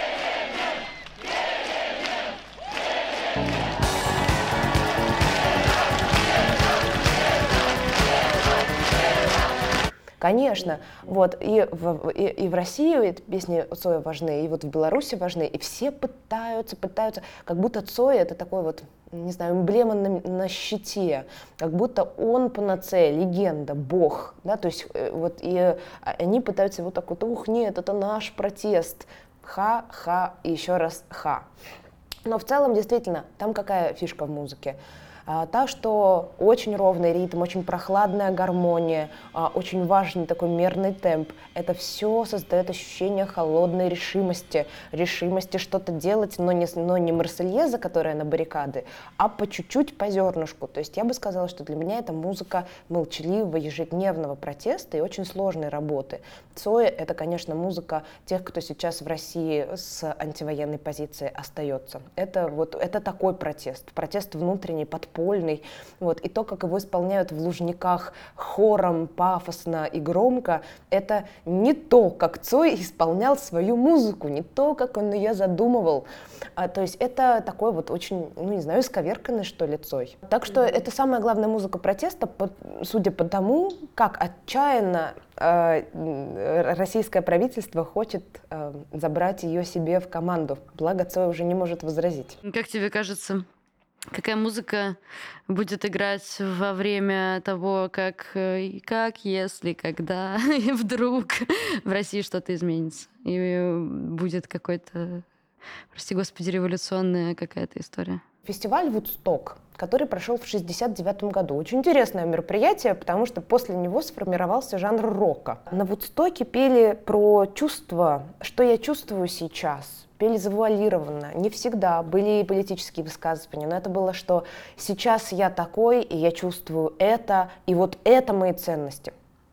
Конечно, вот, и в, и, и в России эти песни Цоя важны, и вот в Беларуси важны, и все пытаются, пытаются, как будто Цой это такой вот, не знаю, эмблема на, на щите, как будто он панацея, легенда, бог, да, то есть вот, и они пытаются вот так вот, ух, нет, это наш протест, ха-ха, и еще раз ха. Но в целом, действительно, там какая фишка в музыке? Та, что очень ровный ритм, очень прохладная гармония, очень важный такой мерный темп. Это все создает ощущение холодной решимости, решимости что-то делать, но не, но не Марсельеза, которая на баррикады, а по чуть-чуть, по зернышку. То есть я бы сказала, что для меня это музыка молчаливого ежедневного протеста и очень сложной работы. Цоя — это, конечно, музыка тех, кто сейчас в России с антивоенной позицией остается. Это, вот, это такой протест, протест внутренний, подпольный. подпольный. Вот. И то, как его исполняют в Лужниках хором, пафосно и громко, это не то, как Цой исполнял свою музыку, не то, как он ее задумывал. А, то есть это такой вот очень, ну не знаю, исковерканный, что ли, Цой. Так что mm-hmm. это самая главная музыка протеста, по, судя по тому, как отчаянно э, российское правительство хочет э, забрать ее себе в команду. Благо Цой уже не может возразить. Как тебе кажется, какая музыка будет играть во время того, как, как если, когда и вдруг в России что-то изменится? И будет какой-то, прости господи, революционная какая-то история? Фестиваль «Вудсток», который прошел в шестьдесят девятом году. Очень интересное мероприятие, потому что после него сформировался жанр рока. На «Вудстоке» пели про чувства, что я чувствую сейчас. Пели завуалированно. Не всегда были и политические высказывания, но это было, что сейчас я такой, и я чувствую это, и вот это мои ценности.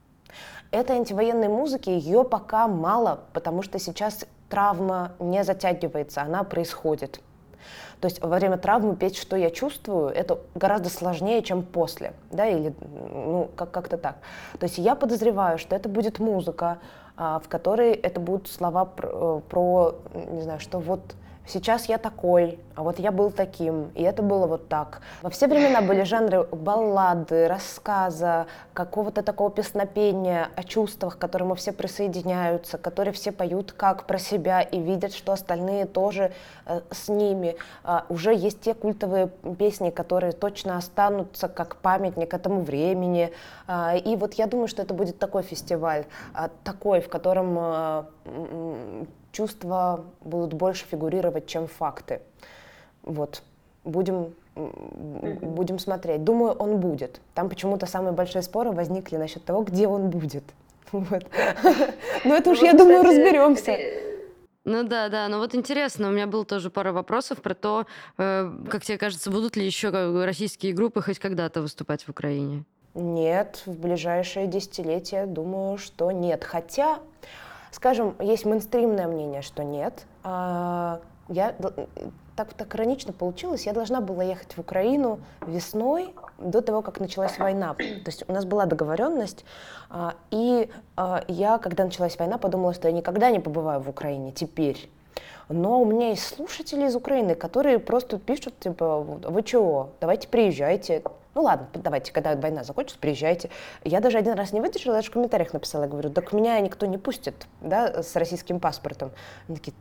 Этой антивоенной музыки ее пока мало, потому что сейчас травма не затягивается, она происходит. То есть во время травмы петь, что я чувствую, это гораздо сложнее, чем после, да, или ну, как- как-то так. То есть я подозреваю, что это будет музыка, а, в которой это будут слова про, про, не знаю, что вот сейчас я такой, а вот я был таким, и это было вот так. Во все времена были жанры баллады, рассказа, какого-то такого песнопения о чувствах, к которому все присоединяются, которые все поют как про себя и видят, что остальные тоже э, с ними. А, уже есть те культовые песни, которые точно останутся как памятник этому времени. А, и вот я думаю, что это будет такой фестиваль, а, такой, в котором а, м- чувства будут больше фигурировать, чем факты. Вот. Будем, mm-hmm. будем смотреть. Думаю, он будет. Там почему-то самые большие споры возникли насчет того, где он будет. Вот. Но это уж, я думаю, разберемся. Ну да, да, но вот интересно, у меня было тоже пара вопросов про то, э, как тебе кажется, будут ли еще российские группы хоть когда-то выступать в Украине? Нет, в ближайшие десятилетия, думаю, что нет. Хотя, скажем, есть мейнстримное мнение, что нет. А, я, так, так иронично получилось, я должна была ехать в Украину весной, до того, как началась война. То есть у нас была договоренность, а, и а, я, когда началась война, подумала, что я никогда не побываю в Украине теперь. Но у меня есть слушатели из Украины, которые просто пишут, типа, вы чего, давайте приезжайте. Ну ладно, давайте, когда война закончится, приезжайте. Я даже один раз не выдержала, я даже в комментариях написала, говорю, так меня никто не пустит, да, с российским паспортом. Они такие,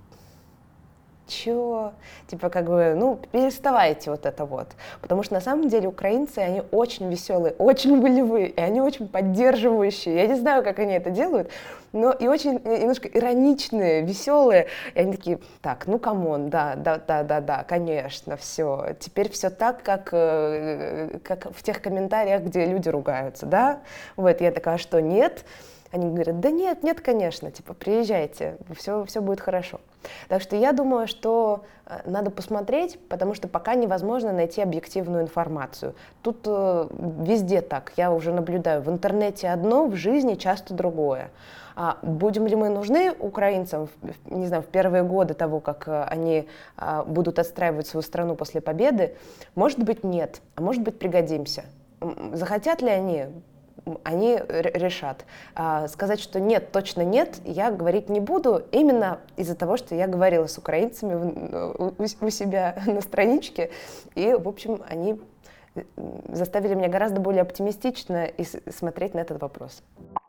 чё? Типа, как бы, ну, переставайте вот это вот. Потому что на самом деле украинцы, они очень веселые, очень волевые, и они очень поддерживающие. Я не знаю, как они это делают, но и очень немножко ироничные, веселые. И они такие, так, ну, камон, да, да, да, да, да, конечно, все. Теперь все так, как, как в тех комментариях, где люди ругаются, да? Вот, я такая, что нет? Они говорят, да нет, нет, конечно, типа, приезжайте, все, все будет хорошо. Так что я думаю, что надо посмотреть, потому что пока невозможно найти объективную информацию. Тут э, везде так, я уже наблюдаю, в интернете одно, в жизни часто другое. А будем ли мы нужны украинцам, не знаю, в первые годы того, как они а, будут отстраивать свою страну после победы? Может быть, нет, а может быть, пригодимся. Захотят ли они? Они решат. А, сказать, что нет, точно нет, я говорить не буду, именно из-за того, что я говорила с украинцами у, у, у себя на страничке, и, в общем, они заставили меня гораздо более оптимистично и смотреть на этот вопрос.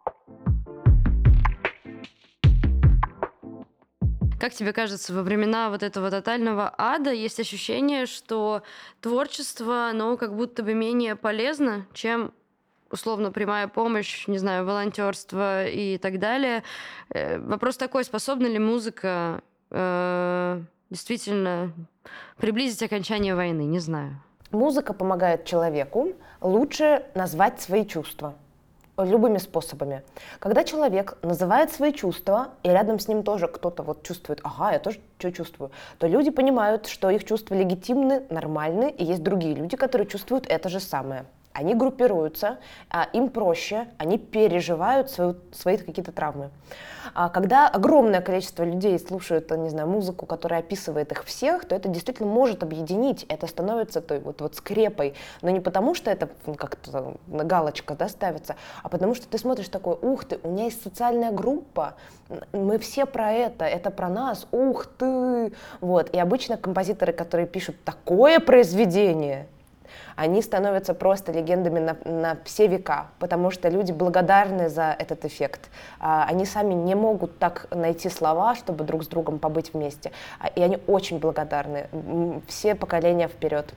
Как тебе кажется, во времена вот этого тотального ада есть ощущение, что творчество, оно как будто бы менее полезно, чем условно прямая помощь, не знаю, волонтерство и так далее. Вопрос такой, способна ли музыка э, действительно приблизить окончание войны, не знаю. Музыка помогает человеку лучше назвать свои чувства любыми способами. Когда человек называет свои чувства, и рядом с ним тоже кто-то вот чувствует, ага, я тоже что чувствую, то люди понимают, что их чувства легитимны, нормальны, и есть другие люди, которые чувствуют это же самое. Они группируются, а, им проще, они переживают свою, свои какие-то травмы. А когда огромное количество людей слушают, не знаю, музыку, которая описывает их всех, то это действительно может объединить, это становится той вот, вот скрепой, но не потому, что это как-то галочка, да, ставится, а потому что ты смотришь такой: ух ты, у меня есть социальная группа, мы все про это, это про нас, ух ты, вот. И обычно композиторы, которые пишут такое произведение, они становятся просто легендами на, на все века, потому что люди благодарны за этот эффект. А, они сами не могут так найти слова, чтобы друг с другом побыть вместе, а, и они очень благодарны, все поколения вперед.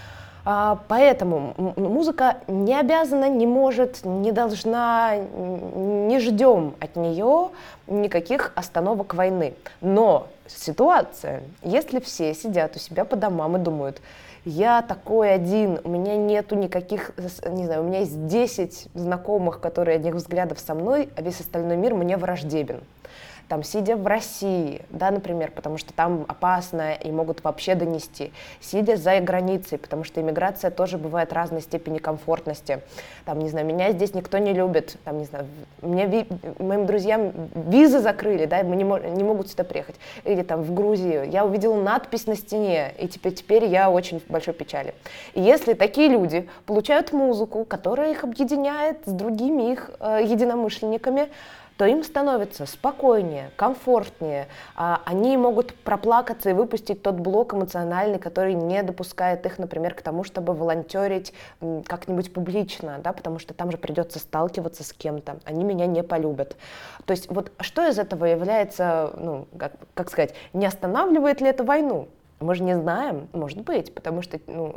А, поэтому музыка не обязана, не может, не должна, не ждем от нее никаких остановок войны. Но ситуация, если все сидят у себя по домам и думают: я такой один, у меня нету никаких, не знаю, у меня есть десять знакомых, которые одних взглядов со мной, а весь остальной мир мне враждебен. Там, сидя в России, да, например, потому что там опасно и могут вообще донести, сидя за границей, потому что иммиграция тоже бывает разной степени комфортности. Там, не знаю, меня здесь никто не любит, там, не знаю, мне, ви, моим друзьям визы закрыли, да, мы не, не могут сюда приехать. Или там в Грузию я увидела надпись на стене, и теперь, теперь я очень в большой печали. И если такие люди получают музыку, которая их объединяет с другими их э, единомышленниками, то им становится спокойнее, комфортнее, а, они могут проплакаться и выпустить тот блок эмоциональный, который не допускает их, например, к тому, чтобы волонтерить м, как-нибудь публично, да, потому что там же придется сталкиваться с кем-то, они меня не полюбят. То есть вот что из этого является, ну, как, как сказать, не останавливает ли это войну? Мы же не знаем, может быть, потому что ну,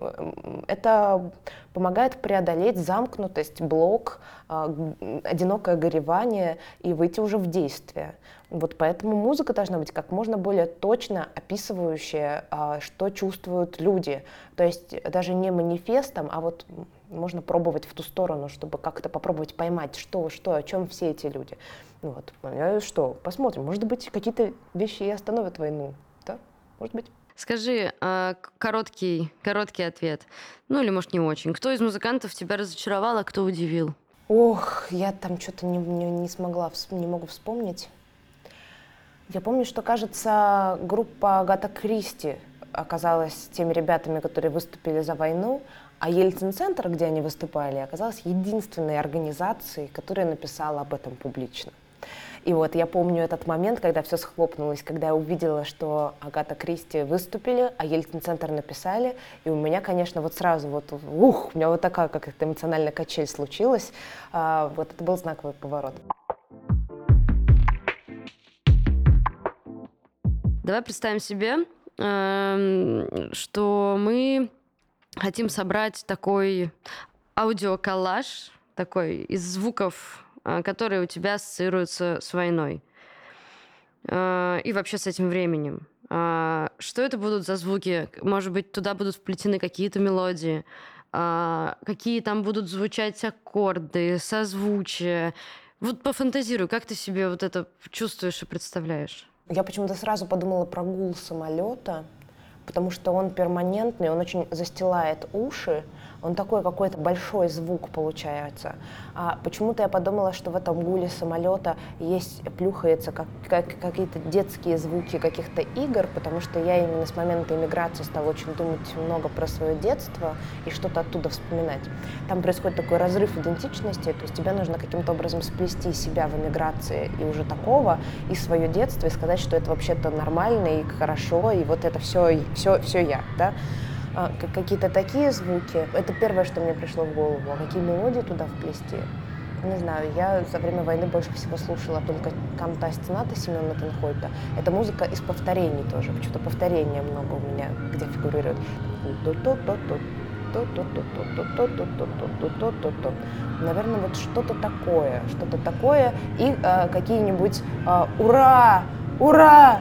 это помогает преодолеть замкнутость, блок, э, одинокое горевание и выйти уже в действие. Вот поэтому музыка должна быть как можно более точно описывающая, э, что чувствуют люди. То есть даже не манифестом, а вот можно пробовать в ту сторону, чтобы как-то попробовать поймать, что, что, о чем все эти люди. Вот. Что, посмотрим, может быть, какие-то вещи и остановят войну, да? Может быть. Скажи, а, короткий, короткий ответ, ну или, может, не очень. Кто из музыкантов тебя разочаровал, а кто удивил? Ох, я там что-то не, не, не смогла, не могу вспомнить. Я помню, что, кажется, группа Агата Кристи оказалась теми ребятами, которые выступили за войну, а Ельцин-центр, где они выступали, оказалась единственной организацией, которая написала об этом публично. И вот я помню этот момент, когда все схлопнулось, когда я увидела, что Агата Кристи выступили, а Ельцин-центр написали, и у меня, конечно, вот сразу вот, ух, у меня вот такая какая-то эмоциональная качель случилась. А, вот это был знаковый поворот. Давай представим себе, что мы хотим собрать такой аудиоколлаж, такой из звуков, которые у тебя ассоциируются с войной и вообще с этим временем. Что это будут за звуки? Может быть, туда будут вплетены какие-то мелодии, какие там будут звучать аккорды, созвучия. Вот пофантазируй, как ты себе вот это чувствуешь и представляешь? Я почему-то сразу подумала про гул самолета, потому что он перманентный, он очень застилает уши, он такой какой-то большой звук получается. А почему-то я подумала, что в этом гуле самолета есть, плюхается как, как, какие-то детские звуки каких-то игр, потому что я именно с момента эмиграции стала очень думать много про свое детство и что-то оттуда вспоминать. Там происходит такой разрыв идентичности, то есть тебе нужно каким-то образом сплести себя в эмиграции и уже такого, и свое детство, и сказать, что это вообще-то нормально и хорошо, и вот это все, все, все я, да? Какие-то такие звуки. Это первое, что мне пришло в голову. А какие мелодии туда вплести? Не знаю, я за время войны больше всего слушала только «Канта Астената» Семена Тенхойта. Это музыка из повторений тоже. Почему-то повторения много у меня, где фигурирует. Наверное, вот что-то такое. Что-то такое. И э, какие-нибудь э, «Ура! Ура!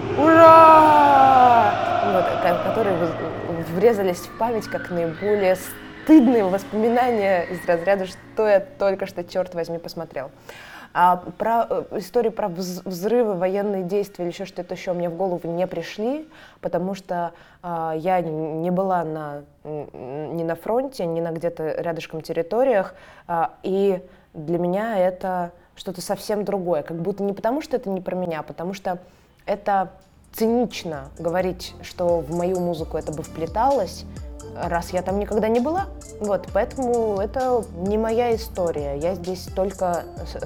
Ура!» Вот, которые врезались в память как наиболее стыдные воспоминания из разряда, что я только что, черт возьми, посмотрел. А про э, истории про вз- взрывы, военные действия или еще что-то еще мне в голову не пришли, потому что э, я не была на, ни на фронте, ни на где-то рядышком территориях, э, и для меня это что-то совсем другое. Как будто не потому, что это не про меня, а потому что это цинично говорить, что в мою музыку это бы вплеталось, раз я там никогда не была. Вот, поэтому это не моя история. Я здесь только,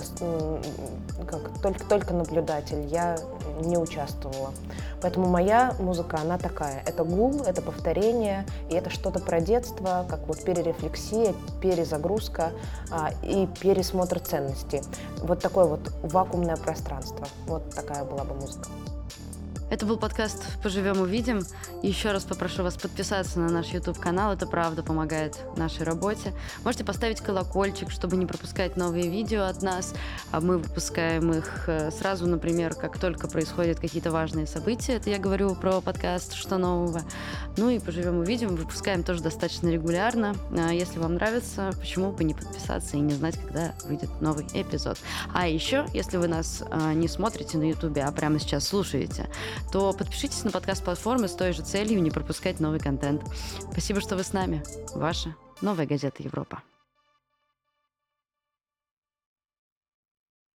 как, только, только наблюдатель, я не участвовала. Поэтому моя музыка, она такая. Это гул, это повторение, и это что-то про детство, как вот перерефлексия, перезагрузка а, и пересмотр ценностей. Вот такое вот вакуумное пространство. Вот такая была бы музыка. Это был подкаст «Поживем, увидим». Еще раз попрошу вас подписаться на наш YouTube-канал. Это правда помогает нашей работе. Можете поставить колокольчик, чтобы не пропускать новые видео от нас. А мы выпускаем их сразу, например, как только происходят какие-то важные события. Это я говорю про подкаст «Что нового?». Ну и «Поживем, увидим» выпускаем тоже достаточно регулярно. Если вам нравится, почему бы не подписаться и не знать, когда выйдет новый эпизод. А еще, если вы нас не смотрите на YouTube, а прямо сейчас слушаете, то подпишитесь на подкаст-платформы с той же целью не пропускать новый контент. Спасибо, что вы с нами. Ваша Новая газета Европа.